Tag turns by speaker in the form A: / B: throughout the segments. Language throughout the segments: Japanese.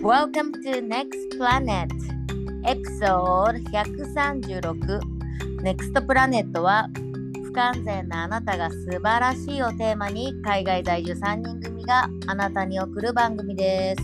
A: Welcome to Next Planet Episode 136 Next Planet は不完全なあなたが素晴らしいをテーマに海外在住3人組があなたに送る番組です。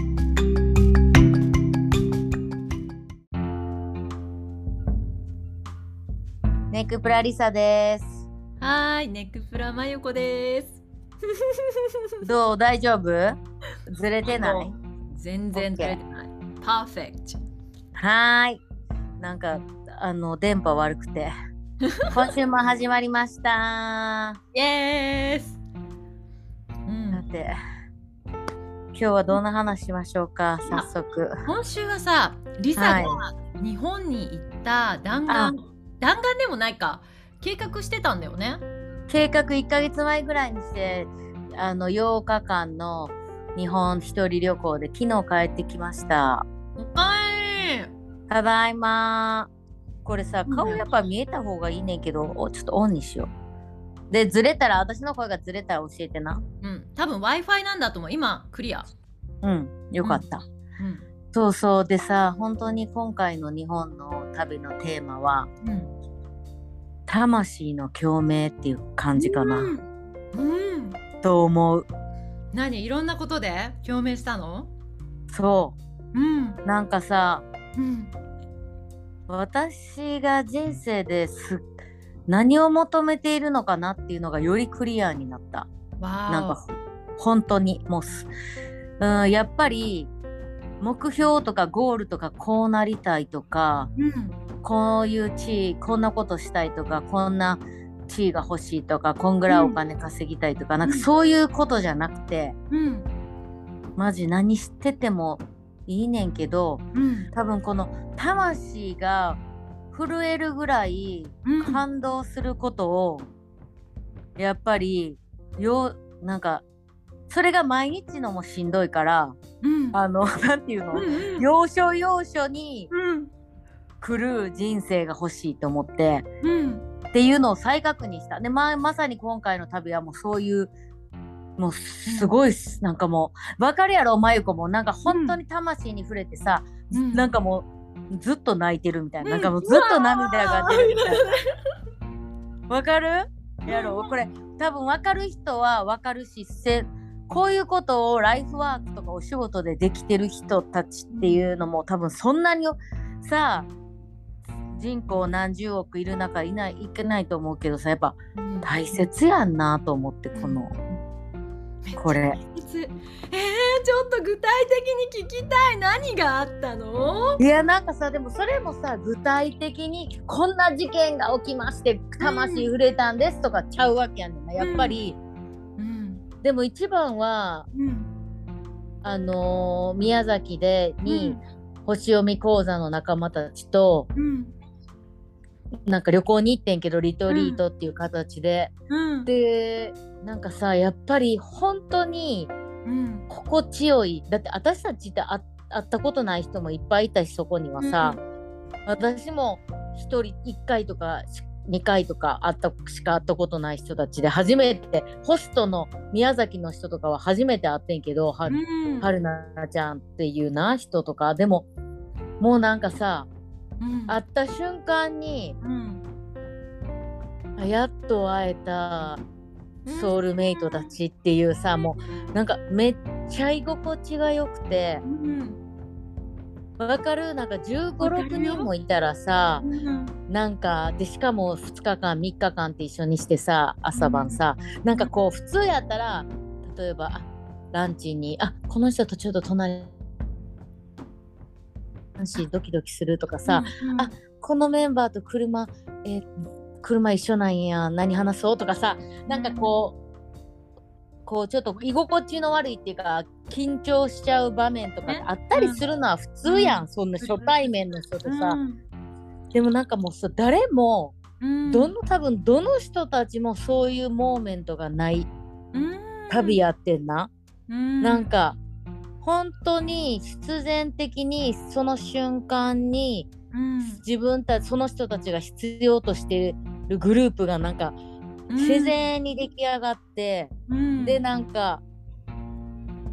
A: ネクプラリサです。
B: はーい、ネクプラマユコです。
A: どう？大丈夫？ずれてない？
B: 全然ずれてない。パーフェクト。
A: はーい。なんか電波悪くて今週も始まりました。
B: イエース。
A: さて今日はどんな話しましょうか。早速
B: 今週はさ、リサが日本に行った弾丸でもないか、計画してたんだよね。
A: 計画1ヶ月前ぐらいにして8日間の日本一人旅行で昨日帰ってきました。ただいま。これさ、顔やっぱ見えた方がいいねんけど、ちょっとオンにしよう。で、ずれたら、私の声がずれたら教えてな。
B: 多分 Wi-Fi なんだと思う。今クリア。
A: よかった。そうそうでさ、本当に今回の日本の旅のテーマは、魂の共鳴っていう感じかな。と思う。
B: 何？いろんなことで共鳴したの？
A: そう。なんかさ、私が人生で何を求めているのかなっていうのがよりクリアになった。なんか本当にもう、やっぱり目標とかゴールとかこうなりたいとか、こういう地位こんなことしたいとか、こんな地位が欲しいとか、こんぐらいお金稼ぎたいとか、なんかそういうことじゃなくて、マジ何しててもいいねんけど、多分この魂が震えるぐらい感動することを、やっぱりなんかそれが毎日のもしんどいから、なんていうの、要所要所に来る人生が欲しいと思って、っていうのを再確認した。で、まさに今回の旅はもうそういうもうすごいなんかもう分かるやろ、まゆこもなんか本当に魂に触れてさ、なんかもうずっと泣いてるみたいな、なんかもうずっと涙が出るみたいな。分かるやろ？これ多分分かる人は分かるし、こういうことをライフワークとかお仕事でできてる人たちっていうのも多分そんなにさ、人口何十億いる中いけないと思うけどさ、やっぱ大切やんなと思って、これ
B: ちょっと具体的に聞きたい。何があったの？
A: いや、なんかさ、でもそれもさ、具体的にこんな事件が起きまして魂触れたんですとかちゃうわけやねんな、やっぱり。でも一番は、宮崎に星読み講座の仲間たちと、なんか旅行に行ってんけど、リトリートっていう形で、でなんかさ、やっぱり本当に心地よい。だって私たちって会ったことない人もいっぱいいたし、そこにはさ、私も1人1回とか2回とかしか会ったことない人たちで、初めてホストの宮崎の人とかは初めて会ってんけど、はるなちゃんっていうな人とかでも、もうなんかさ、会った瞬間に、やっと会えたソウルメイトたちっていうさ、もうなんかめっちゃ居心地が良くて、わかる？なんか15、6人もいたらさ、なんかでしかも2日間3日間って一緒にしてさ、朝晩さ、なんかこう普通やったら、例えばランチにこの人とちょっと隣ドキドキするとかさ、このメンバーと車一緒なんや、何話そうとかさ、なんかこうちょっと居心地の悪いっていうか緊張しちゃう場面とかあったりするのは普通やん、そんな初対面の人とさ、でもなんかもうさ、誰も、多分どの人たちもそういうモーメントがない旅やってんな。なんか本当に必然的にその瞬間に、その人たちが必要としてるグループがなんか自然に出来上がって、でなんか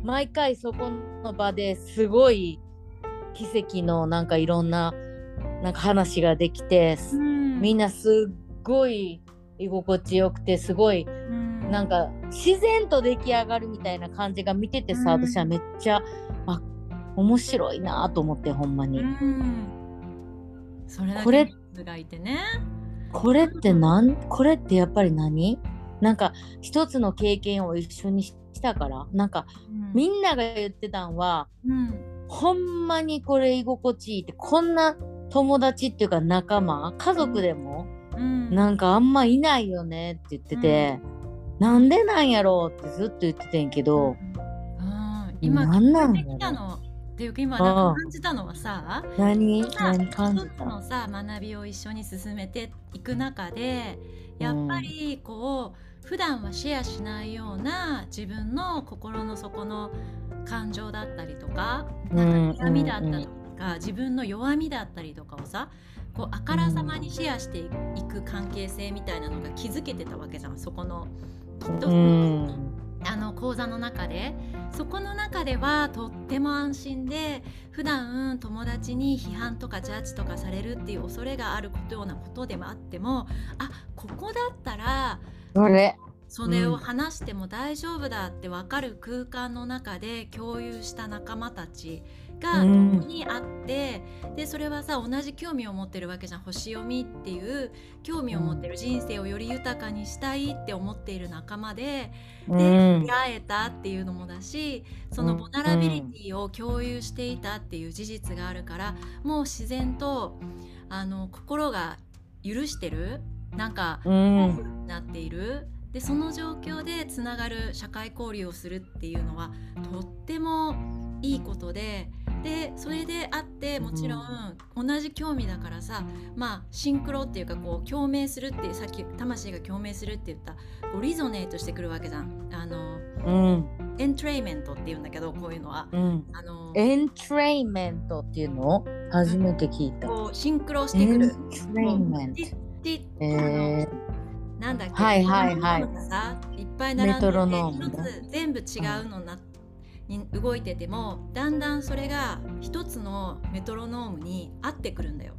A: 毎回そこの場ですごい奇跡のなんかいろんななんか話ができて、みんなすっごい居心地よくて、すごいなんか自然と出来上がるみたいな感じが見ててさ、私はめっちゃ面白いなと思って、ほんまに。
B: それだけがいてね。
A: これってやっぱり何なんか一つの経験を一緒にしたから、なんか、みんなが言ってたんは、ほんまにこれ居心地いいって、こんな友達っていうか仲間、家族でも、なんかあんまいないよねって言ってて、なんでなんやろうってずっと言っててんけど、
B: 今聞いてきたのっていうか、今なんか感じたのはさ、
A: 何感じた
B: のさ、学びを一緒に進めていく中で、やっぱりこう普段はシェアしないような自分の心の底の感情だったりとか、なんか悩みだったりとか、自分の弱みだったりとかをさ、こうあからさまにシェアしていく関係性みたいなのが築けてたわけじゃん、そこのきっと講座の中で。そこの中ではとっても安心で、普段友達に批判とかジャッジとかされるっていう恐れがあるようなことでもあっても、ここだったらそれを話しても大丈夫だって分かる空間の中で共有した仲間たちが共にあって、でそれはさ、同じ興味を持ってるわけじゃん。星読みっていう興味を持ってる、人生をより豊かにしたいって思っている仲間で出会えたっていうのもだし、そのボナラビリティを共有していたっていう事実があるから、もう自然と心が許してる、なんかオープンになっている。でその状況でつながる社会交流をするっていうのはとってもいいことで、それであって、もちろん同じ興味だからさ、シンクロっていうか、こう共鳴するっていう、さっき魂が共鳴するって言ったこうリゾネートしてくるわけじゃん。エントレイメントっていうんだけど、こういうのは、
A: エントレイメントっていうのを初めて聞いた。
B: こうシンクロしてくる。
A: エントレイメント。
B: なんだっけ、
A: はいはいはい、
B: いっぱい並んでて、一つ全部違うのに動いてても、だんだんそれが一つのメトロノームに合ってくるんだよ。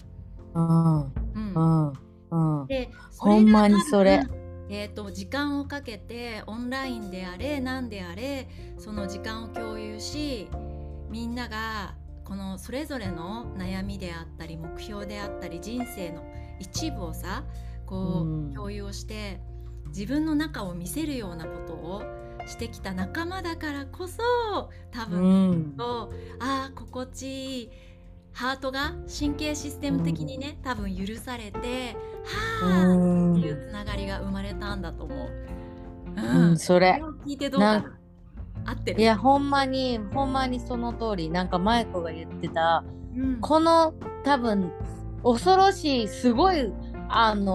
B: で
A: ほんまにそれ。
B: 時間をかけてオンラインであれ何であれ、その時間を共有し、みんながこのそれぞれの悩みであったり目標であったり人生の一部をさ、こう共有をして、自分の中を見せるようなことをしてきた仲間だからこそ、多分心地いい、ハートが神経システム的にね、多分許されて、っていうつながりが生まれたんだと思う。
A: それ
B: を聞いてどうかな、合ってる？
A: いや、ほんまにその通り。なんか舞子が言ってた、この多分恐ろしい、すごい安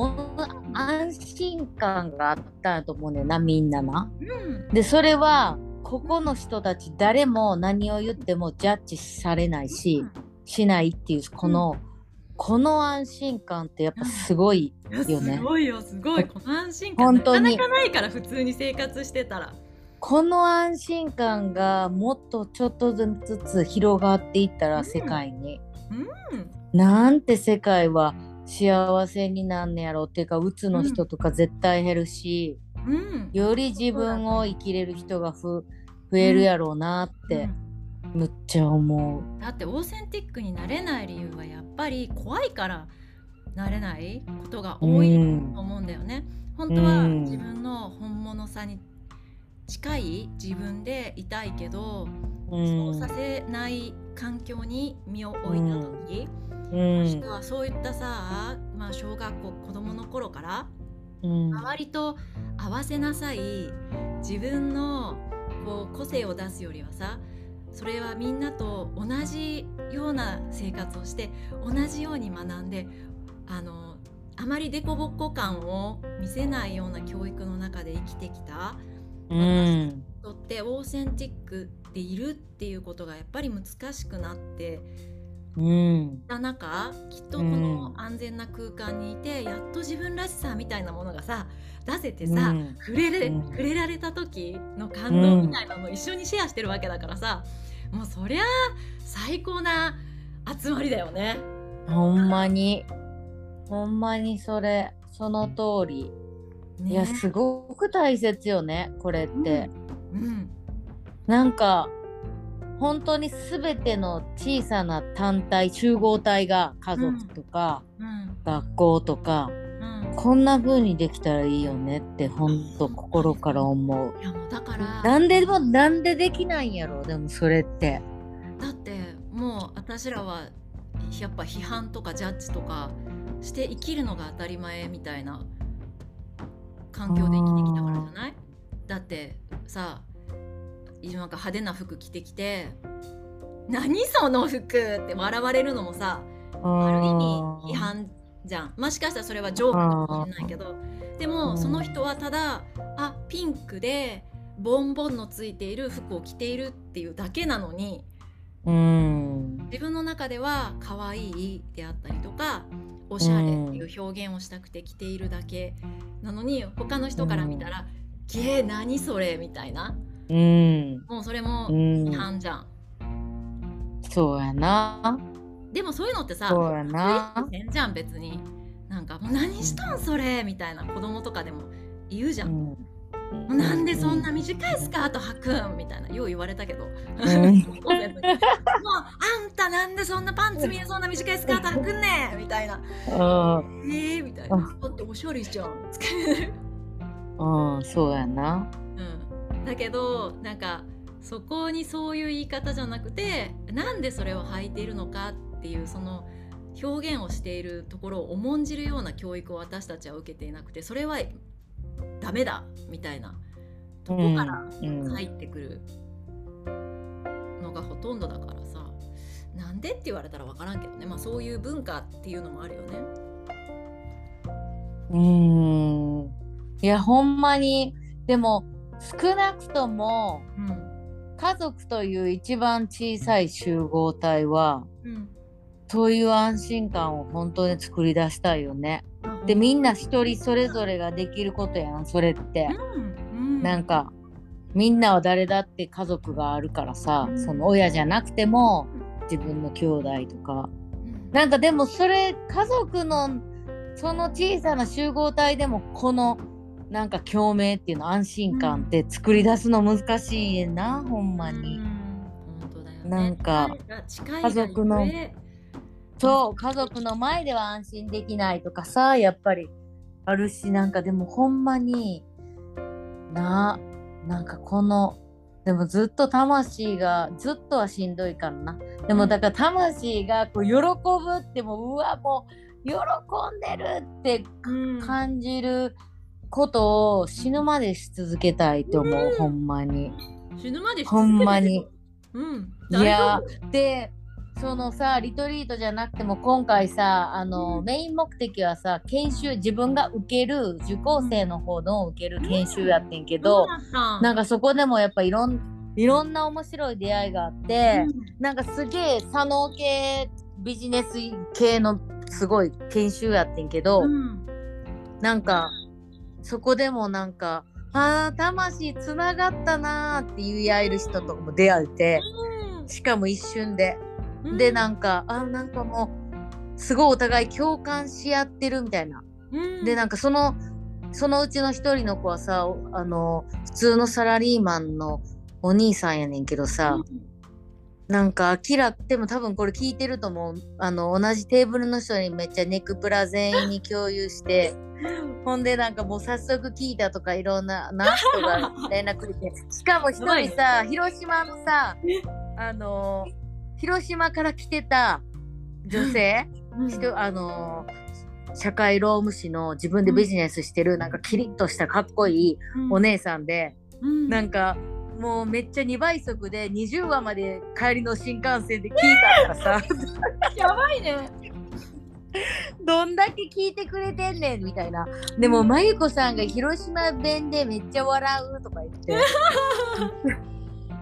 A: 心感があったと思うねんな、みんなな。でそれはここの人たち誰も何を言ってもジャッジされないし、しないっていう、この安心感ってやっぱすごいよね。
B: すごいよ、すごい。この安心感なかなかないから、普通に生活してたら。
A: この安心感がもっとちょっとずつ広がっていったら、世界に、なんて世界は幸せになんねやろっていうか、うつの人とか絶対減るし、より自分を生きれる人が増えるやろうなってむっちゃ思う。
B: だってオーセンティックになれない理由はやっぱり怖いからなれないことが多いと思うんだよね。本当は自分の本物さに近い自分でいたいけど、そうさせない環境に身を置いた時、もしくはそういったさ、小学校子供の頃から周りと合わせなさい、自分のこう個性を出すよりはさ、それはみんなと同じような生活をして同じように学んで、あまりデコボコ感を見せないような教育の中で生きてきた私にとって、オーセンティックでいるっていうことがやっぱり難しくなってた中、きっとこの安全な空間にいて、やっと自分らしさみたいなものがさ出せてさ、触れられた時の感動みたいなのを一緒にシェアしてるわけだからさ、もうそりゃ最高な集まりだよね。
A: ほんまにその通り、ね、いやすごく大切よねこれって、なんか本当に全ての小さな単体集合体が家族とか、学校とか、こんな風にできたらいいよねって本当心から思う。
B: いやもうだから
A: なんでできないんやろ。でもそれって
B: だってもう私らはやっぱ批判とかジャッジとかして生きるのが当たり前みたいな環境で生きてきたからじゃない？だってさ、なんか派手な服着てきて何その服って笑われるのもさ、ある意味批判じゃん。もしかしたらそれはジョークかもしれないけど、でもその人はただピンクでボンボンのついている服を着ているっていうだけなのに、自分の中では可愛いであったりとかおしゃれっていう表現をしたくて着ているだけなのに、他の人から見たら何それみたいな、もうそれも批判じゃん。
A: そうやな。
B: でもそういうのってさ、
A: そうやな、
B: 変じゃん別に。なんかもう何しとんそれみたいな子供とかでも言うじゃん。なんでそんな短いスカート履くんみたいなよう言われたけど、もうあんたなんでそんなパンツ見えそうな短いスカート履くんねんみたいな、みたいな、だっておしゃれじゃん
A: そうやな。
B: だけどなんかそこにそういう言い方じゃなくて、なんでそれを履いているのかっていうその表現をしているところを重んじるような教育を私たちは受けていなくて、それはダメだみたいなとこから入ってくるのがほとんどだからさ、なんでって言われたら分からんけどね、そういう文化っていうのもあるよ
A: ね。いやほんまに、でも少なくとも、家族という一番小さい集合体は、そういう安心感を本当に作り出したいよね。でみんな一人それぞれができることやんそれって、なんかみんなは誰だって家族があるからさ、その親じゃなくても自分の兄弟とか、なんかでもそれ家族のその小さな集合体でもこのなんか共鳴っていうの安心感って作り出すの難しいな、ほんまに。
B: 本当だよね。
A: なんか家族の家族の前では安心できないとかさ、やっぱりあるし、なんかでもほんまになんかこのでもずっと魂がずっとはしんどいからな。でもだから魂がこう喜ぶってもう喜んでるって感じることを死ぬまでし続けたいと思う、ほんまに。
B: 死ぬまでし
A: ほんまに。いやでそのさリトリートじゃなくても今回さメイン目的はさ研修、自分が受ける受講生の方の受ける研修やってんけど、なんかそこでもやっぱいろんな面白い出会いがあって、なんかすげえ左脳系ビジネス系のすごい研修やってんけど、なんかそこでもなんか魂つながったなーって言い合える人とかも出会えて、しかも一瞬で。でなんかなんかもうすごいお互い共感し合ってるみたいな、でなんかそのうちの一人の子はさ普通のサラリーマンのお兄さんやねんけどさ、なんかでも多分これ聞いてると思う、同じテーブルの人にめっちゃネクプラ全員に共有してほんでなんかもう早速聞いたとかいろんな人が連絡くれて、しかも一人さ広島のさ広島から来てた女性、社会労務士の自分でビジネスしてる、なんかキリッとしたかっこいいお姉さんで、なんかもうめっちゃ2倍速で20話まで帰りの新幹線で聞いたからさ
B: やばいね
A: どんだけ聞いてくれてんねんみたいな。でもまゆこさんが広島弁でめっちゃ笑うとか言って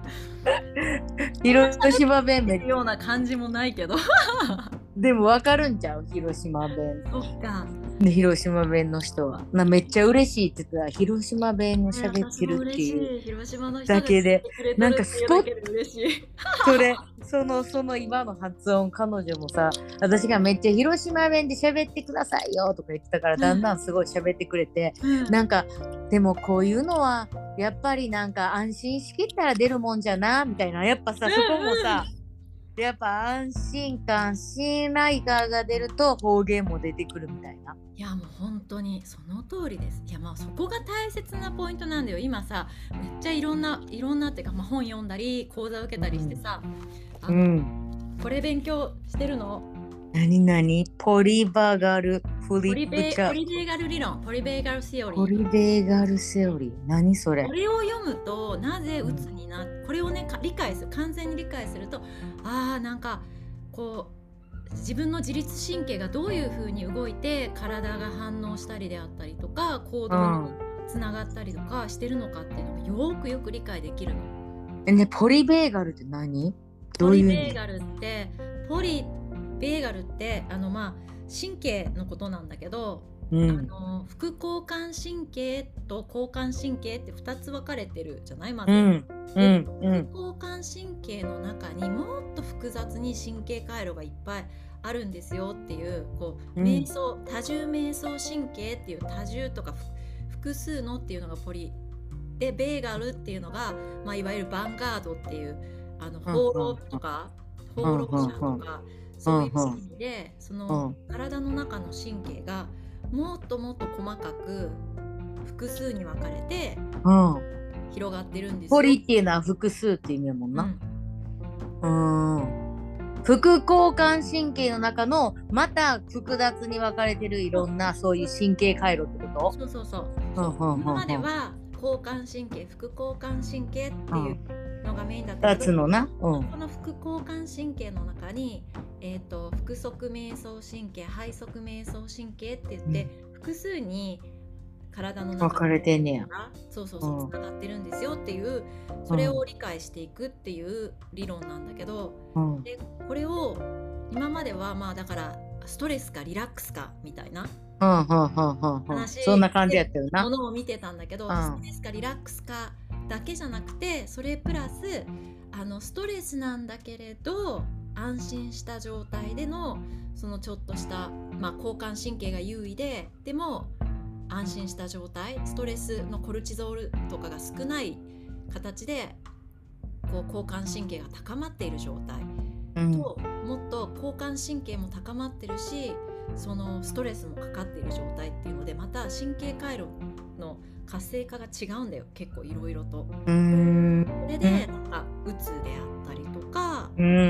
A: 広島弁
B: めっちゃような感じもないけど
A: でも分かるんちゃう広島弁。
B: そっか。
A: で広島弁の人はめっちゃ嬉しいって言ってた。広島弁を喋ってるっていう
B: 広島の人
A: だけでなんかスポッ
B: 嬉しい
A: その今の発音、彼女もさ、私がめっちゃ広島弁で喋ってくださいよとか言ってたからだんだんすごい喋ってくれて、なんかでもこういうのはやっぱりなんか安心しきったら出るもんじゃなみたいな、やっぱさ、そこもさ、やっぱ安心感信頼感が出ると方言も出てくるみたいな。
B: いやもう本当にその通りです。いやまあそこが大切なポイントなんだよ。今さめっちゃいろんなっていうか、本読んだり講座受けたりしてさ、これ勉強してるの？
A: 何ポリバガルフリップチャート。
B: ポリベーガル理論、ポリベーガルセオリー。
A: ポリベーガルセオリー、何それ？
B: これを読むとなぜ鬱になって、これをね理解する、完全に理解すると、なんかこう自分の自律神経がどういう風に動いて体が反応したりであったりとか行動につながったりとかしてるのかっていうのがよく理解できるの。
A: ね、ポリベーガルって何？どういう意味？
B: ポリベーガルってベーガルって神経のことなんだけど、副交感神経と交感神経って2つ分かれてるじゃない？まず、副交感神経の中にもっと複雑に神経回路がいっぱいあるんですよっていう、瞑想、多重瞑想神経っていう多重とか複数のっていうのがポリで、ベーガルっていうのが、いわゆるヴァンガードっていう放浪とか放浪者とかそういう意味で、その体の中の神経がもっともっと細かく複数に分かれて広がってるんですよ。
A: ポリっていうのは複数って意味やもんな。副交感神経の中のまた複雑に分かれてるいろんなそういう神経回路ってこと？
B: そう今までは交感神経、副交感神経っていうのがメインだったけど、
A: 2つのな、
B: この副交感神経の中に、腹側瞑想神経、背側瞑想神経って言って、複数に体の中
A: 分かれてんねや。
B: そうつながってるんですよっていう、それを理解していくっていう理論なんだけど、でこれを今まではだからストレスかリラックスかみたいな話、
A: そんな感じやったよな。
B: ものを見てたんだけど、ストレスかリラックスかだけじゃなくて、それプラスストレスなんだけれど安心した状態でのそのちょっとした、交感神経が優位でも安心した状態、ストレスのコルチゾールとかが少ない形で交感神経が高まっている状態と、もっと交感神経も高まってるし、そのストレスもかかっている状態っていうので、また神経回路の活性化が違うんだよ、結構いろいろと。それでうつであったりとか、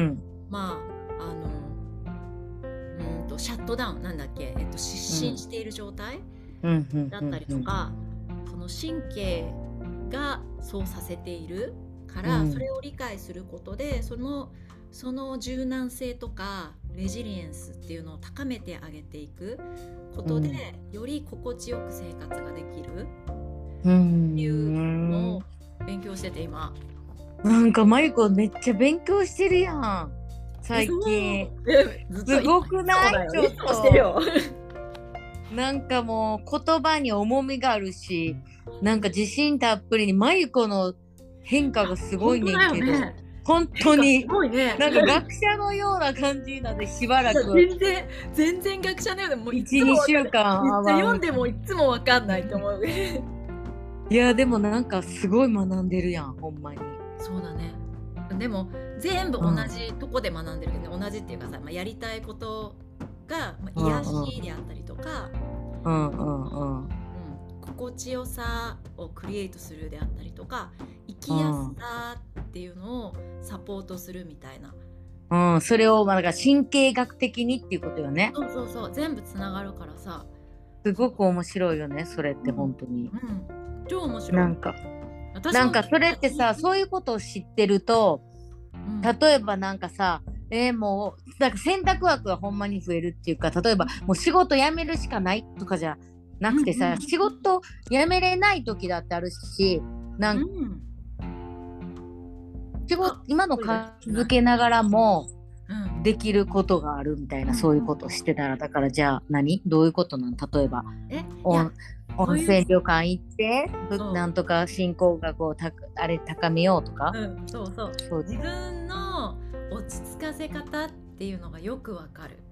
B: シャットダウン失神している状態だったりとか、その神経がそうさせているから、それを理解することでその柔軟性とかレジリエンスっていうのを高めてあげていくことで、より心地よく生活ができるっていうのを勉強してて、今
A: なんかマユコめっちゃ勉強してるやん最近。すごくない？ちょっとなんかもう言葉に重みがあるし、なんか自信たっぷりにマユコの変化がすごいねんけど、本当になんか学者のような感じなんで、しばらく
B: 全然学者のようでもう
A: 1,2 週間
B: 読んでもいつも分かんないと思う
A: いやでもなんかすごい学んでるやん、ほんまに。
B: そうだね。でも全部同じとこで学んでるけどね、同じっていうかさ、やりたいことが、癒しであったりとか、心地よさをクリエイトするであったりとか、生きやすさっていうのをサポートするみたいな、
A: それをなんか神経学的にっていうことよね。
B: そう全部つながるからさ、
A: すごく面白いよね、それって本当に。
B: 超面白い。
A: なんかそれってさ、そういうことを知ってると、例えばなんかさ、もうなんか選択枠がほんまに増えるっていうか、例えばもう仕事辞めるしかないとかじゃなくてさ、仕事辞めれない時だってあるし、仕今の片付けながらも
B: うん、
A: できることがあるみたいな、そういうことをしてたら、だからじゃあどういうことなん？例えば
B: いや
A: 温泉旅館行って
B: そう
A: なんとか進行額をあれ高めようとか、
B: そうそう自分の落ち着かせ方っていうのがよくわかる。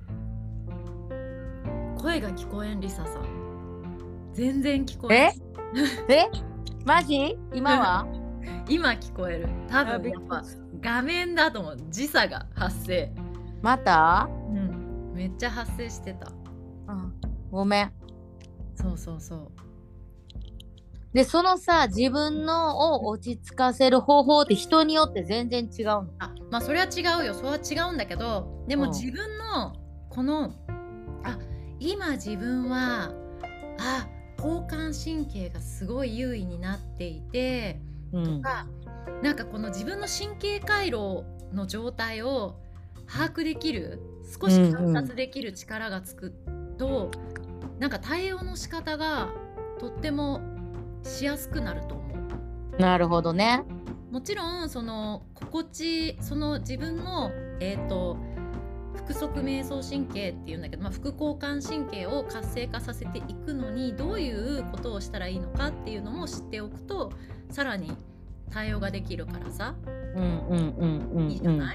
B: 声が聞こえん、リサさん。全然聞こえん。
A: マジ？今は
B: 今聞こえる。多分やっぱ画面だと思う。時差が発生。
A: また？
B: めっちゃ発生してた。
A: ごめん。
B: そう
A: でそのさ、自分のを落ち着かせる方法って人によって全然違うの？
B: まあそれは違うよ。それは違うんだけど、でも自分のこの今自分は交感神経がすごい優位になっていて、とかなんかこの自分の神経回路の状態を把握できる、少し観察できる力がつくと、なんか対応の仕方がとってもしやすくなると思う。
A: なるほどね。
B: もちろんその自分の腹側瞑想神経っていうんだけど、副交感神経を活性化させていくのにどういうことをしたらいいのかっていうのも知っておくと、さらに対応ができるからさ、いいじゃない？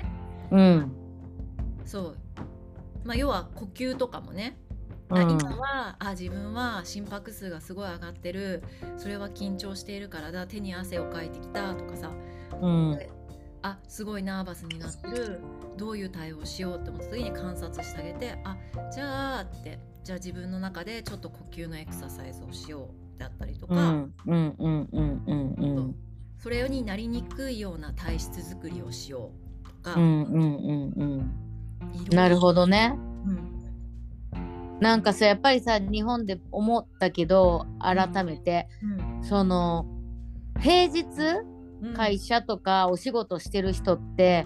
B: そう、要は呼吸とかもね、今は自分は心拍数がすごい上がってる、それは緊張しているからだ、手に汗をかいてきたとかさ、すごいナーバスになってる、どういう対応をしようって思った時に観察してあげて、じゃあ自分の中でちょっと呼吸のエクササイズをしようだったりとか、それになりにくいような体質作りをしようとか、
A: なるほどね。なんかさ、やっぱりさ、日本で思ったけど改めて、その平日会社とかお仕事してる人って、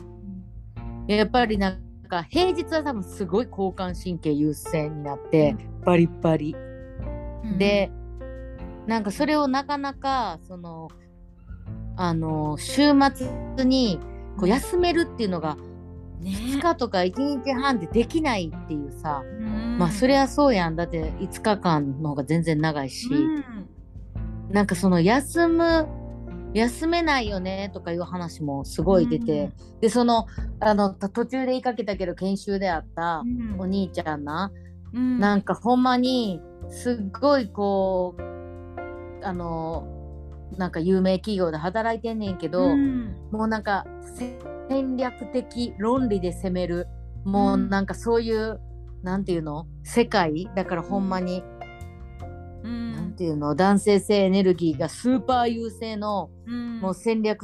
A: やっぱりなんか平日は多分すごい交感神経優先になってバリバリ、でなんかそれをなかなかその週末にこう休めるっていうのが2日とか1日半でできないっていうさ、そりゃそうやん。だって5日間の方が全然長いし、なんかその休めないよねとかいう話もすごい出て、でその途中で言いかけたけど研修であったお兄ちゃんなんかほんまにすっごいこうなんか有名企業で働いてんねんけど、もうなんか戦略的論理で攻める、もうなんかそういうなんていうの世界だから、ほんまになんていうの、男性性エネルギーがスーパー優勢の、もう戦略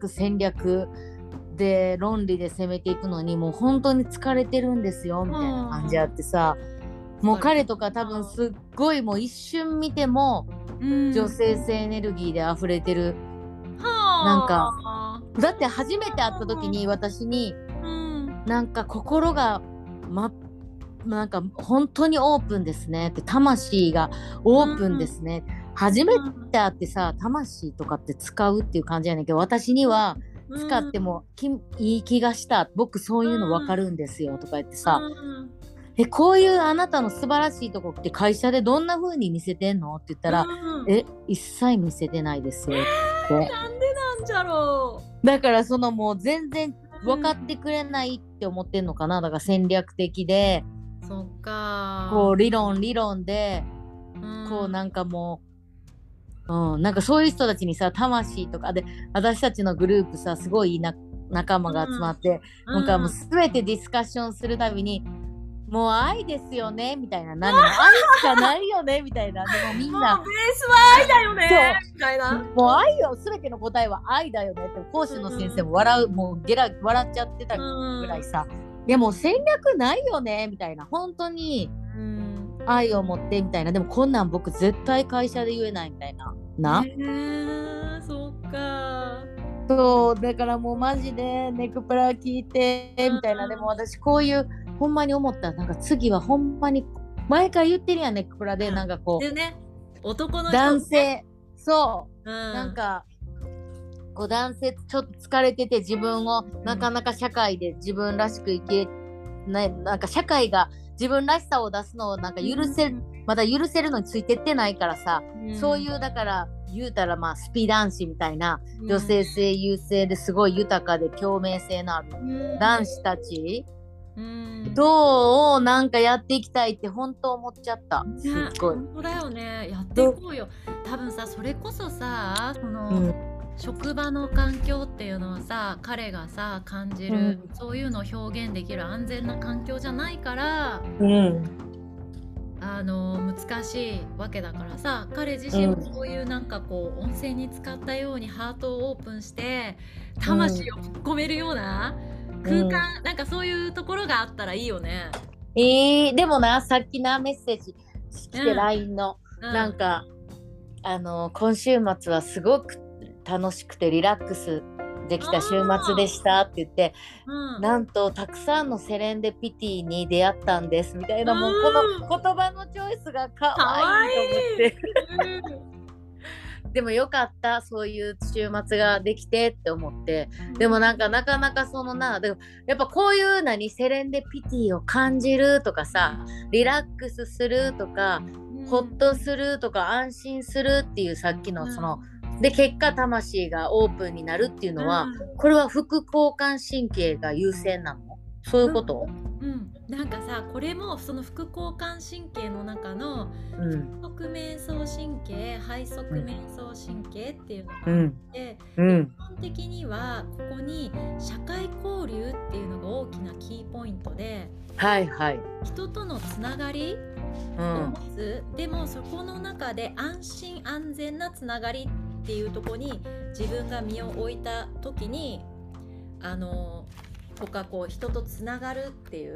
A: で論理で攻めていくのにもう本当に疲れてるんですよみたいな感じあってさ、もう彼とか多分すっごいもう一瞬見ても女性性エネルギーで溢れてる、なんかだって初めて会った時に私になんか心がなんか本当にオープンですねって、魂がオープンですね、初めて会ってさ魂とかって使うっていう感じやねんけど、私には使ってもいい気がした、僕そういうの分かるんですよとか言ってさ、こういうあなたの素晴らしいとこって会社でどんな風に見せてんのって言ったら、一切見せてないですよって。
B: なんでなんじゃろ
A: う。だからそのもう全然分かってくれないって思ってんのかな。だから戦略的で、
B: そっか、
A: こう理論で、こうなんかもう、なんかそういう人たちにさ、魂とかで私たちのグループさ、すごい仲間が集まって、なんかもう全てディスカッションするたびに、もう愛ですよねみたいな、何も愛しかないよねみたいな、でもみんな
B: もうベースは愛だよねみたいな、
A: もう愛よ、全ての答えは愛だよねって講師の先生も笑っちゃってたぐらいさ、いやもう戦略ないよねみたいな、本当に愛を持ってみたいな、でもこんなん僕絶対会社で言えないみたいな
B: そっか、
A: そうだからもうマジでネクプラ聞いてみたいな、でも私こういうほんまに思った、なんか次はほんまに前から言ってるやん、ネクプラでなんかこう、
B: でね、男の人、
A: 男性そう、なんかこう男性ちょっと疲れてて自分をなかなか社会で自分らしく生きれない、なんか社会が自分らしさを出すのをなんかまだ許せるのについてってないからさ、そういうだから言うたらまあスピ男子みたいな女性性優勢ですごい豊かで共鳴性のある男子たち、どうなんかやっていきたいって本当思っちゃった。すっごい。
B: 本当だよね。やっていこうよ。多分さ、それこそさ、この、職場の環境っていうのはさ、彼がさ感じる、そういうのを表現できる安全な環境じゃないから、難しいわけだからさ、彼自身もそういうなんかこう温泉に浸かったようにハートをオープンして魂を込めるような空間、なんかそういうところがあったらいいよね。
A: でもな、さっきなメッセージ来て LINE の、なんか今週末はすごく楽しくてリラックスできた週末でしたって言って、なんとたくさんのセレンデピティに出会ったんですみたいな、もうこの言葉のチョイスがかわいいと思ってでもよかった、そういう週末ができてって思って。でもなんかなかなかそのな、でもやっぱこういうセレンデピティを感じるとかさ、リラックスするとか、ホッとするとか安心するっていうさっきのその、で結果魂がオープンになるっていうのは、これは副交感神経が優先なの？そういうこと？
B: なんかさ、これもその副交感神経の中の側瞑想神経、背側瞑想神経っていうのがあって、基本的にはここに社会交流っていうのが大きなキーポイントで、人とのつながりを持つ、でもそこの中で安心安全なつながりっていうところに自分が身を置いた時にとかこう人とつながるっていう、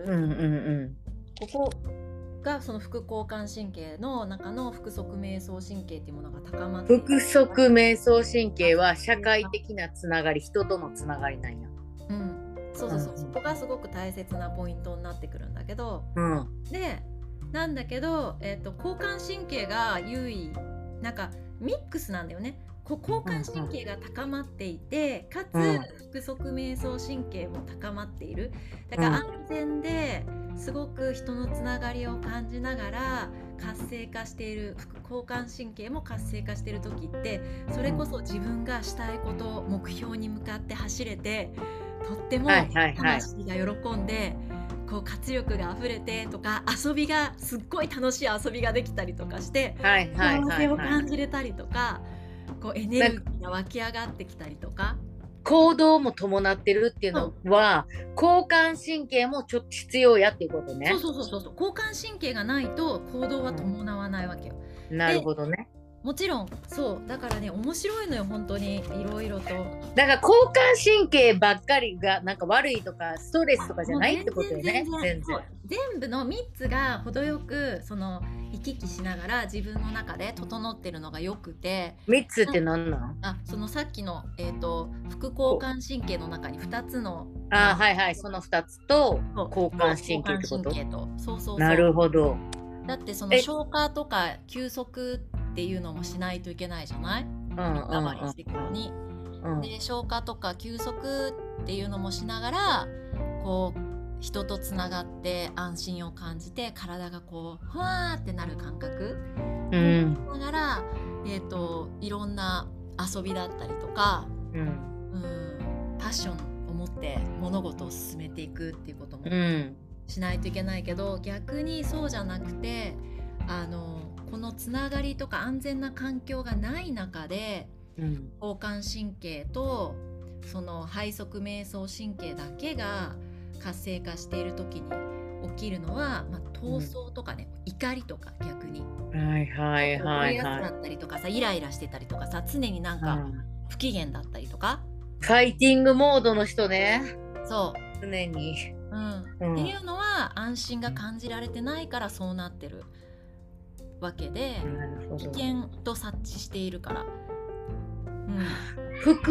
B: ここがその副交感神経の中の副側瞑想神経っていうものが高まっている。
A: 副側瞑想神経は社会的なつながり、人とのつながりなんや。
B: そう、そこがすごく大切なポイントになってくるんだけど、でなんだけど、交感神経が優位、なんかミックスなんだよね。交感神経が高まっていて、かつ副側瞑想神経も高まっている。だから安全ですごく人のつながりを感じながら活性化している、副交感神経も活性化している時って、それこそ自分がしたいこと、目標に向かって走れて、とっても魂が喜んで、こう活力があふれてとか、遊びがすっごい楽しい遊びができたりとかして、幸せを感じれたりとか、こうエネルギーが湧き上がってきたりとか、
A: 行動も伴ってるっていうのは、交感神経もちょっと必要やっていうことね。
B: そう、交感神経がないと行動は伴わないわけよ。
A: なるほどね。
B: もちろんそうだからね、面白いのよ本当に、いろいろと。
A: だから交感神経ばっかりがなんか悪いとかストレスとかじゃないってことよね。
B: 全部の3つが程よくその行き来しながら自分の中で整ってるのがよくて。
A: 3つって何なの？
B: そのさっきの、副交感神経の中に2つの、
A: その2つと交感神経ってこと？
B: そう、
A: なるほど。
B: だってその消化とか休息っていうのもしないといけないじゃない、リカバリーしていくのに。で消化とか休息っていうのもしながら、こう人とつながって安心を感じて、体がこうふわーってなる感覚ながら、いろんな遊びだったりとか、パッションを持って物事を進めていくっていうこともしないといけないけど、逆にそうじゃなくて、このつながりとか安全な環境がない中で、交感神経とその背側瞑想神経だけが活性化している時に起きるのは、闘争とかね、怒りとか、逆に怒りやすかったりとかさ、イライラしてたりとかさ、常になんか不機嫌だったりとか、
A: ファイティングモードの人ね。
B: そう
A: 常に、
B: っていうのは安心が感じられてないからそうなってるわけで、危険と察知しているから。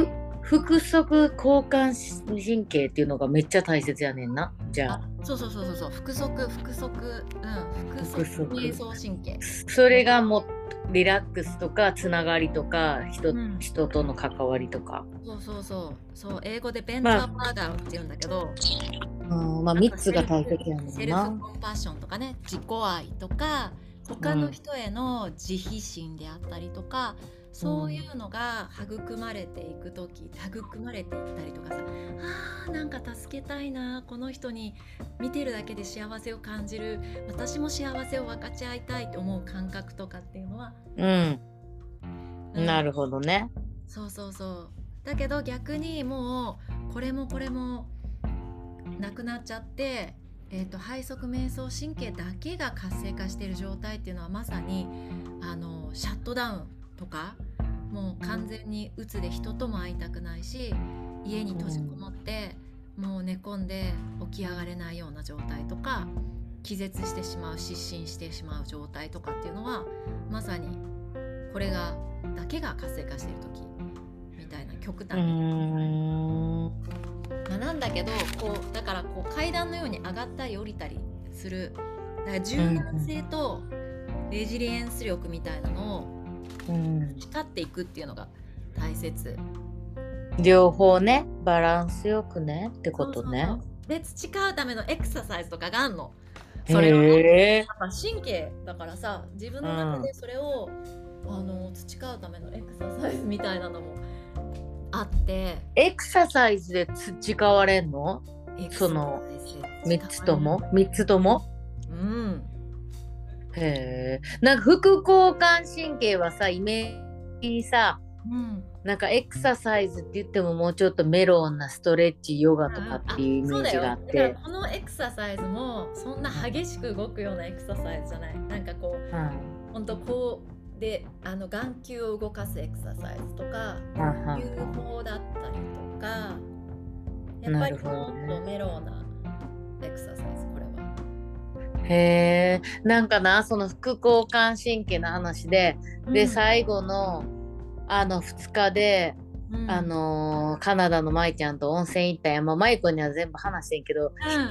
A: 腹側交感神経っていうのがめっちゃ大切やねんな。じゃあ。
B: そう腹側、腹側瞑想神経。
A: それがもうリラックスとかつながりとか人との関わりとか。
B: そう英語でベンチャーパーダーって言うんだけど、
A: 3つが大切やねんな。
B: セルフコンパッションとかね、自己愛とか他の人への慈悲心であったりとか、そういうのが育まれていく時、育まれていったりとかさ、なんか助けたいな、この人に見てるだけで幸せを感じる、私も幸せを分かち合いたいと思う感覚とかっていうのは、
A: なるほどね。
B: そうだけど逆にもうこれもなくなっちゃって、背側瞑想神経だけが活性化している状態っていうのは、まさにシャットダウンとか、もう完全に鬱で人とも会いたくないし、家に閉じこもってもう寝込んで起き上がれないような状態とか、気絶してしまう、失神してしまう状態とかっていうのは、まさにこれだけが活性化している時みたいな、極端になんだけど、だから階段のように上がったり降りたりする、だから柔軟性とレジリエンス力みたいなのを培っていくっていうのが大切。
A: 両方ね、バランスよくねってことね。
B: で、培うためのエクササイズとかがあんの。それをね、神経だからさ、自分の中でそれを、培うためのエクササイズみたいなのもあって。
A: エクササイズで培われんの？その3つともへえ。なんか副交感神経はさ、イメージにさ、なんかエクササイズって言ってももうちょっとメロンなストレッチ、ヨガとかっていうイメージがあって、
B: だからこのエクササイズもそんな激しく動くようなエクササイズじゃない。なんかほんとで眼球を動かすエクササイズとか、UFO だったりとか、やっぱりもっとメローなエクササイズ、これは。
A: へえ。なんかな、その副交感神経の話で、で最後の2日で、カナダの舞ちゃんと温泉行ったやん。マイコには全部話してんけど、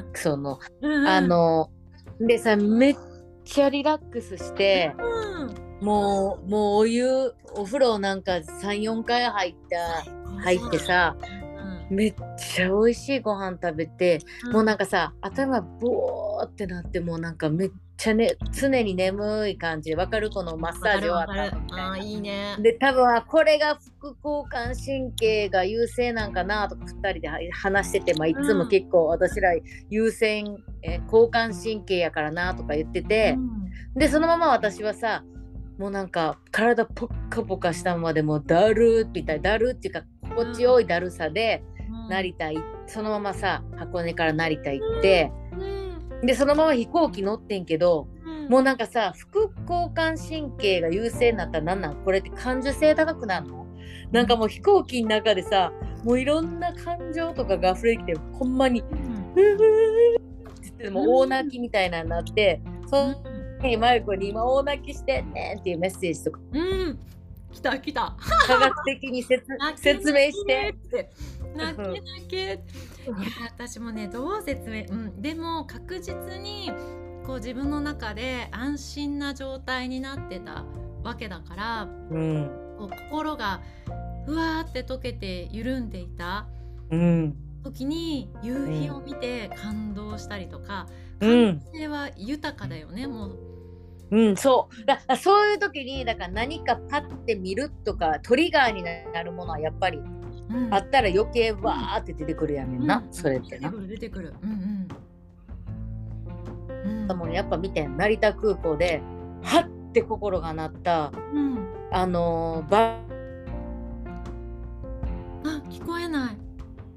A: でさ、めっちゃリラックスして、もうお風呂なんか 3,4 回入ってさ、めっちゃ美味しいご飯食べて、もうなんかさ、頭ボーってなって、もうなんかめっちゃ常に眠い感じで、わかる？このマッサージ終わったみたいな。
B: いいね。
A: で、多分これが副交感神経が優勢なんかなとか2人で話してて、いつも結構私ら優先交感神経やからなとか言ってて、でそのまま私はさ、もうなんか体ポッカポカしたままで、もうだるっていうか心地よいだるさで成田そのままさ箱根から成田行って、でそのまま飛行機乗ってんけど、もうなんかさ、副交感神経が優勢になったらなんこれって感受性高くなるの？なんかもう飛行機の中でさ、もういろんな感情とかが溢れてきて、ほんまにもう大泣きみたいなになって、その時マイコに今大泣きしてんねんっていうメッセージとか、
B: 来た
A: 科学的に説明して
B: 泣けいや私もね、どう説明、でも確実に自分の中で安心な状態になってたわけだから、心がふわーって溶けて緩んでいた時に夕日を見て感動したりとか、感性は豊かだよね、もう。
A: そういう時にだから何かパッて見るとかトリガーになるものはやっぱりあったら余計わーって出てくるやねんな、それってな。
B: 出てくる。
A: もうやっぱ見て、成田空港ではって心が鳴った、
B: 聞こえない。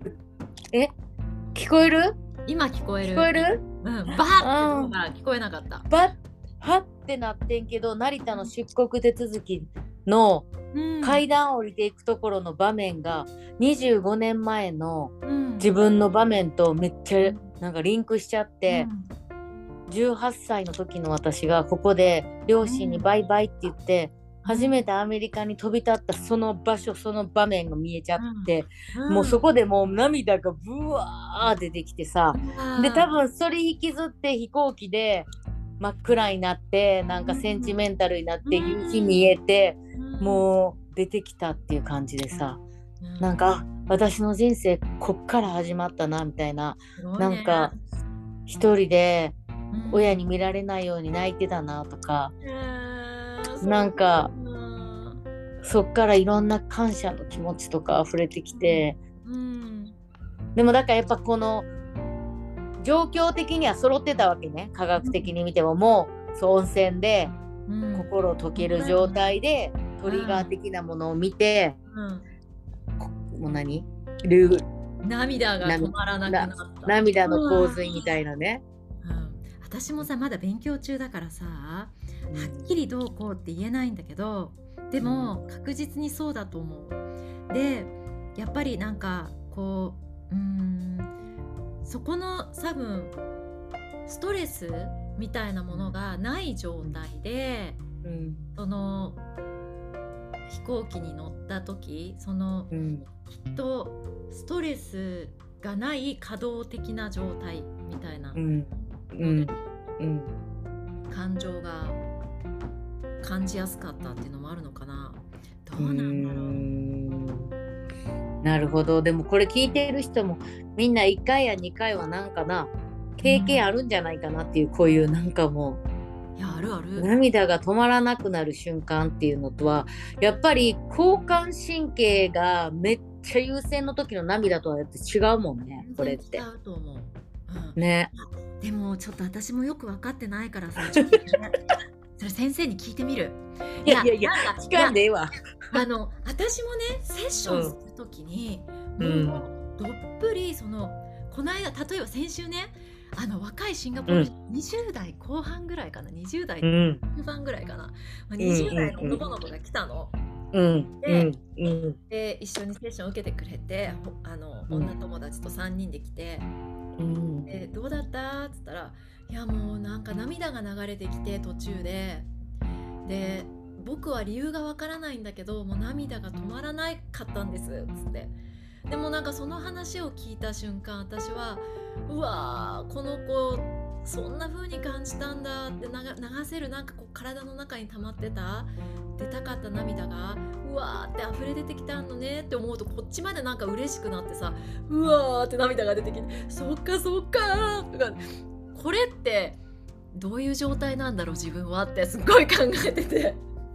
A: 聞こえる？
B: 今聞こえる。
A: バーって
B: 聞こえなかった。
A: はってなってんけど、成田の出国手続きの階段降りていくところの場面が25年前の自分の場面とめっちゃなんかリンクしちゃって、18歳の時の私がここで両親にバイバイって言って、 初めてアメリカに飛び立ったその場所、その場面が見えちゃって、
B: うん
A: もうそこでもう涙がブワー出てきてさ、で多分それ引きずって飛行機で真っ暗になってなんかセンチメンタルになって夕日見えて、もう出てきたっていう感じでさ、なんか私の人生こっから始まったなみたいな、なんか一人で親に見られないように泣いてたなとか、なんかそっからいろんな感謝の気持ちとか溢れてきて、でもだからやっぱこの状況的には揃ってたわけね、科学的に見ても。もう温泉で心を溶ける状態でトリガー的なものを見て、もう
B: 涙が止まらなくなった、
A: 涙の洪水みたいなね。
B: 私もさまだ勉強中だからさ、はっきりどうこうって言えないんだけど、でも確実にそうだと思う。でやっぱりなんかこうそこの多分ストレスみたいなものがない状態で、その飛行機に乗った時、その、きっとストレスがない可動的な状態みたいな、感情が感じやすかったっていうのもあるのかな。どうなんだろう。
A: なるほど。でもこれ聞いてる人もみんな1回や2回はなんかな経験あるんじゃないかなっていう、こういうなんかもう、
B: いやあるある、
A: 涙が止まらなくなる瞬間っていうのとはやっぱり交感神経がめっちゃ優先の時の涙とはやって違うもんね、これって。
B: 違うと思う、
A: ね。
B: でもちょっと私もよく分かってないからさ、ちょっとそれ先生に聞いてみる。
A: いや聞かんでええわ。
B: 私もねセッションする時に、もうどっぷりこの間例えば先週ね、若いシンガポール人、20代後半ぐらいかな、20代中盤ぐらいかな、20代の男の子が来たの。で一緒にセッションを受けてくれて、女友達と3人で来て、でどうだったって言ったら、いやもうなんか涙が流れてきて途中で僕は理由がわからないんだけどもう涙が止まらなかったんですっつって。でもなんかその話を聞いた瞬間、私はうわーこの子そんな風に感じたんだって流せる、なんかこう体の中に溜まってた出たかった涙がうわーって溢れ出てきたのねって思うと、こっちまでなんか嬉しくなってさ、うわーって涙が出てきて、そっかそっかーとか、これってどういう状態なんだろう自分はってすっごい考えてて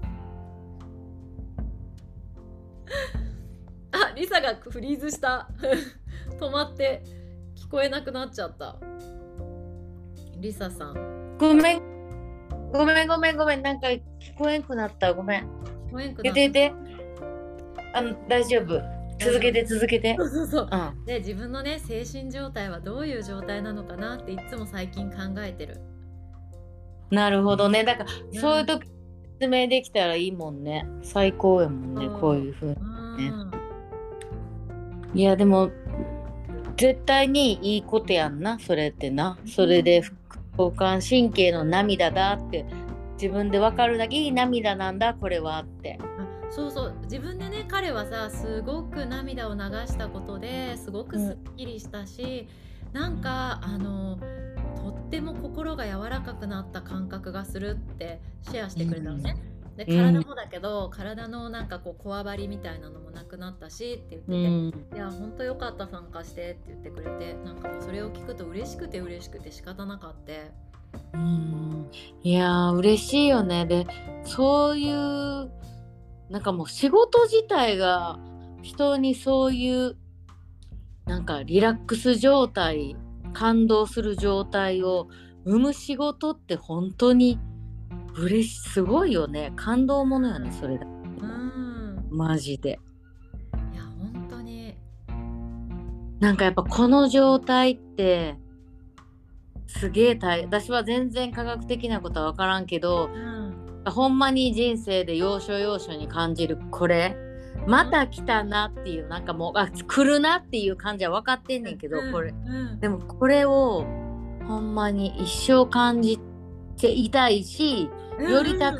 B: あ、リサがフリーズした止まって聞こえなくなっちゃった。リサさん
A: ごめんなんか聞こえんくなった。ごめん。言って大丈夫。続けてそう、で自分のね精神状態はどういう状態なのかなっていつも最近考えてる。なるほどね。だからそういう時説明できたらいいもんね。最高やもんね、こういう風にね。いやでも絶対にいいことやんな、それってな。それで交感神経の涙だって自分で分かるだけいい涙なんだこれはって。そう自分でね、彼はさすごく涙を流したことですごくすっきりしたし、なんかとっても心が柔らかくなった感覚がするってシェアしてくれたのね。で体もだけど、体のなんかこうこわばりみたいなのもなくなったしって言ってて、いや本当よかった参加してって言ってくれて、なんかもうそれを聞くと嬉しくて仕方なかった。いや嬉しいよね。でそういうなんかもう仕事自体が人にそういうなんかリラックス状態、感動する状態を生む仕事って本当にすごいよね。感動ものよね、それだ。マジで。いや本当になんかやっぱこの状態ってすげえ私は全然科学的なことは分からんけど、ほんまに人生で要所要所に感じるこれまた来たなっていう、なんかもう来るなっていう感じは分かってんねんけど、これ、でもこれをほんまに一生感じていたいし、よりたく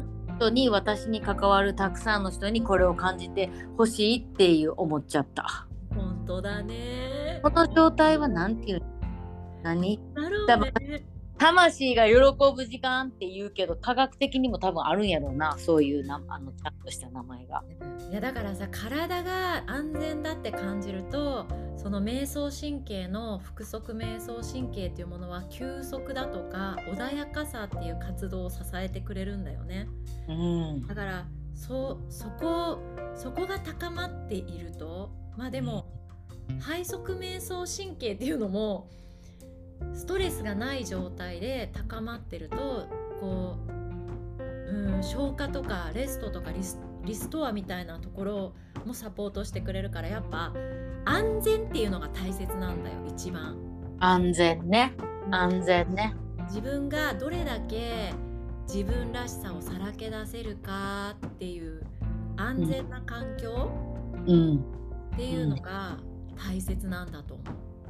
A: 人に、私に関わるたくさんの人にこれを感じてほしいっていう思っちゃった。
B: 本当だね。
A: この状態はなんていう、何
B: だろ
A: 多分
B: うね。
A: 魂が喜ぶ時間って言うけど、科学的にも多分あるんやろうな、そういうちゃんとした名前が。
B: いやだからさ、体が安全だって感じると、その瞑想神経の腹側瞑想神経っていうものは休息だとか穏やかさっていう活動を支えてくれるんだよね。だからそこが高まっていると、まあでも、背側瞑想神経っていうのもストレスがない状態で高まってると、こう、消化とかレストとかリストアみたいなところもサポートしてくれるから、やっぱ安全っていうのが大切なんだよ、一番。
A: 安全ね。
B: 自分がどれだけ自分らしさをさらけ出せるかっていう安全な環境っていうのが大切なんだと思う。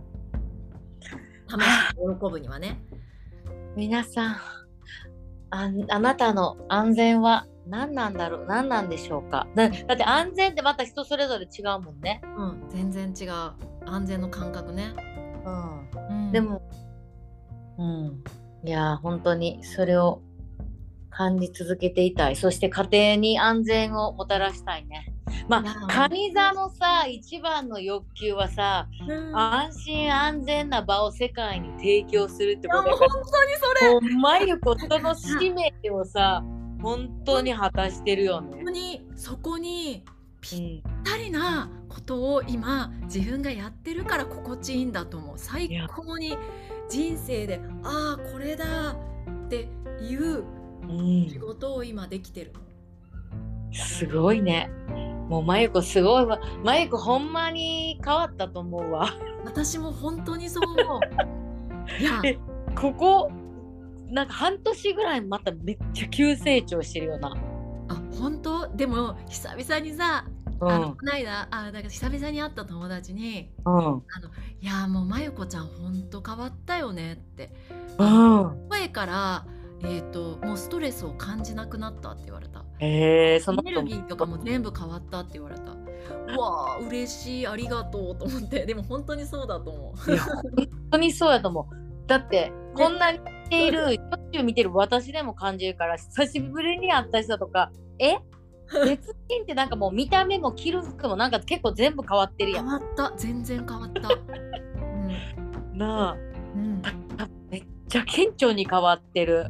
B: 魂を喜ぶにはね。
A: 皆さん、あなたの安全は何なんだろう、何なんでしょうか。だって安全ってまた人それぞれ違うもんね。
B: 全然違う。安全の感覚ね。
A: でも、いや本当にそれを感じ続けていたい。そして家庭に安全をもたらしたいね。まあ蟹座のさ、一番の欲求はさ、安心安全な場を世界に提供するってことだから。
B: 本当にそれ。
A: ほんまよ、その使命をさ、本当に果たしてるよね。
B: 本当にそこにぴったりなことを今自分がやってるから心地いいんだと思う。最高に人生でこれだっていう仕事を今できてる。
A: すごいね。もうまゆこすごいわ。まゆこほんまに変わったと思うわ。
B: 私も本当にそう思う。いや
A: ここなんか半年ぐらいまためっちゃ急成長してるよな。
B: 本当？でも久々にさ、こないだだから久々に会った友達に、いやもうまゆこちゃん本当変わったよねって。声からもうストレスを感じなくなったって言われた。エネルギーとかも全部変わったって言われた。うわー嬉しい、ありがとうと思って。でも本当にそうだと思う。
A: いや本当にそうやと思う。だってこんなに見ている、しょっちゅう見てる私でも感じるから、久しぶりに会った人とか別人ってなんかもう見た目も着る服もなんか結構全部変わってるやん。
B: 変わった、全然変わった。
A: なあ、めっちゃ顕著に変わってる。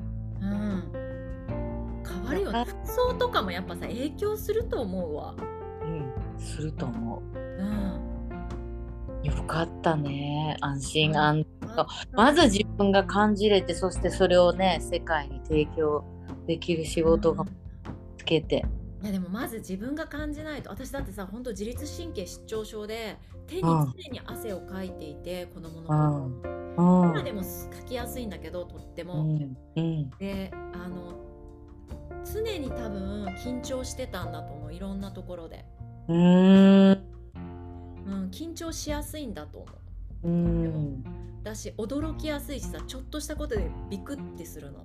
B: 変わるよね。服装とかもやっぱさ影響すると思うわ。
A: すると思う。よかったね。安心安全。まず自分が感じれて、そしてそれをね世界に提供できる仕事がつけて。
B: いやでもまず自分が感じないと。私だってさ、本当自律神経失調症で手に常に汗をかいていて、子供の頃。今でもかきやすいんだけど、とっても。で常に多分緊張してたんだと思う、いろんなところで。緊張しやすいんだと思う。だし驚きやすいしさ、ちょっとしたことでビクってするの。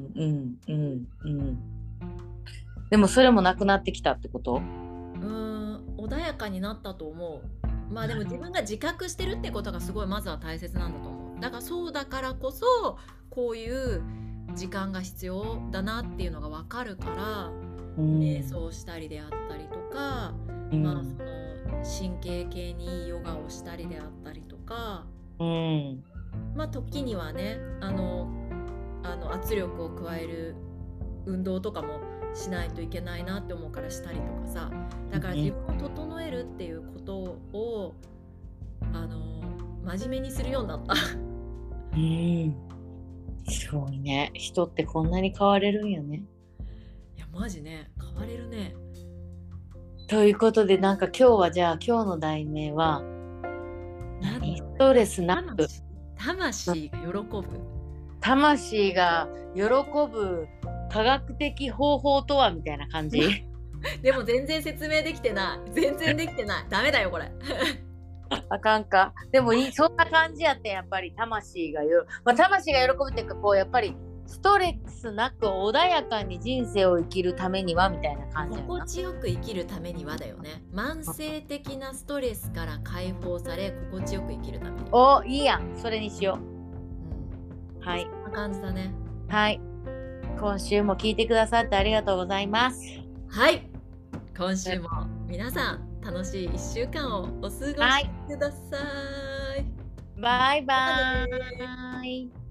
A: でもそれもなくなってきたってこと？
B: 穏やかになったと思う。まあでも自分が自覚してるってことがすごいまずは大切なんだと思う。だからそうだからこそこういう時間が必要だなっていうのが分かるから、瞑想したりであったりとか、まあその神経系にいいヨガをしたりであったりとか、まあ時にはね圧力を加える運動とかもしないといけないなって思うからしたりとかさ。だから自分を整えるっていうことを真面目にするようになった。
A: すごいね。人ってこんなに変われるんやね。
B: いやマジね、変われるね。
A: ということで、なんか今日はじゃあ今日の題名はストレスなく
B: 魂が喜ぶ。
A: 魂が喜ぶ科学的方法とはみたいな感じ。
B: でも全然説明できてない。全然できてない。ダメだよこれ。
A: あかんか。でもそんな感じやって、やっぱり魂が魂が喜ぶっていうか、こうやっぱりストレスなく穏やかに人生を生きるためにはみたいな感じやな。
B: 心地よく生きるためにはだよね。慢性的なストレスから解放され心地よく生きるためには。
A: お、いいやん、それにしよう。はい、
B: そんな感じだね。
A: はい、今週も聞いてくださってありがとうございます。
B: はい、今週も皆さん楽しい1週間をお過ごしください。
A: バイバ
B: またね
A: ーイ。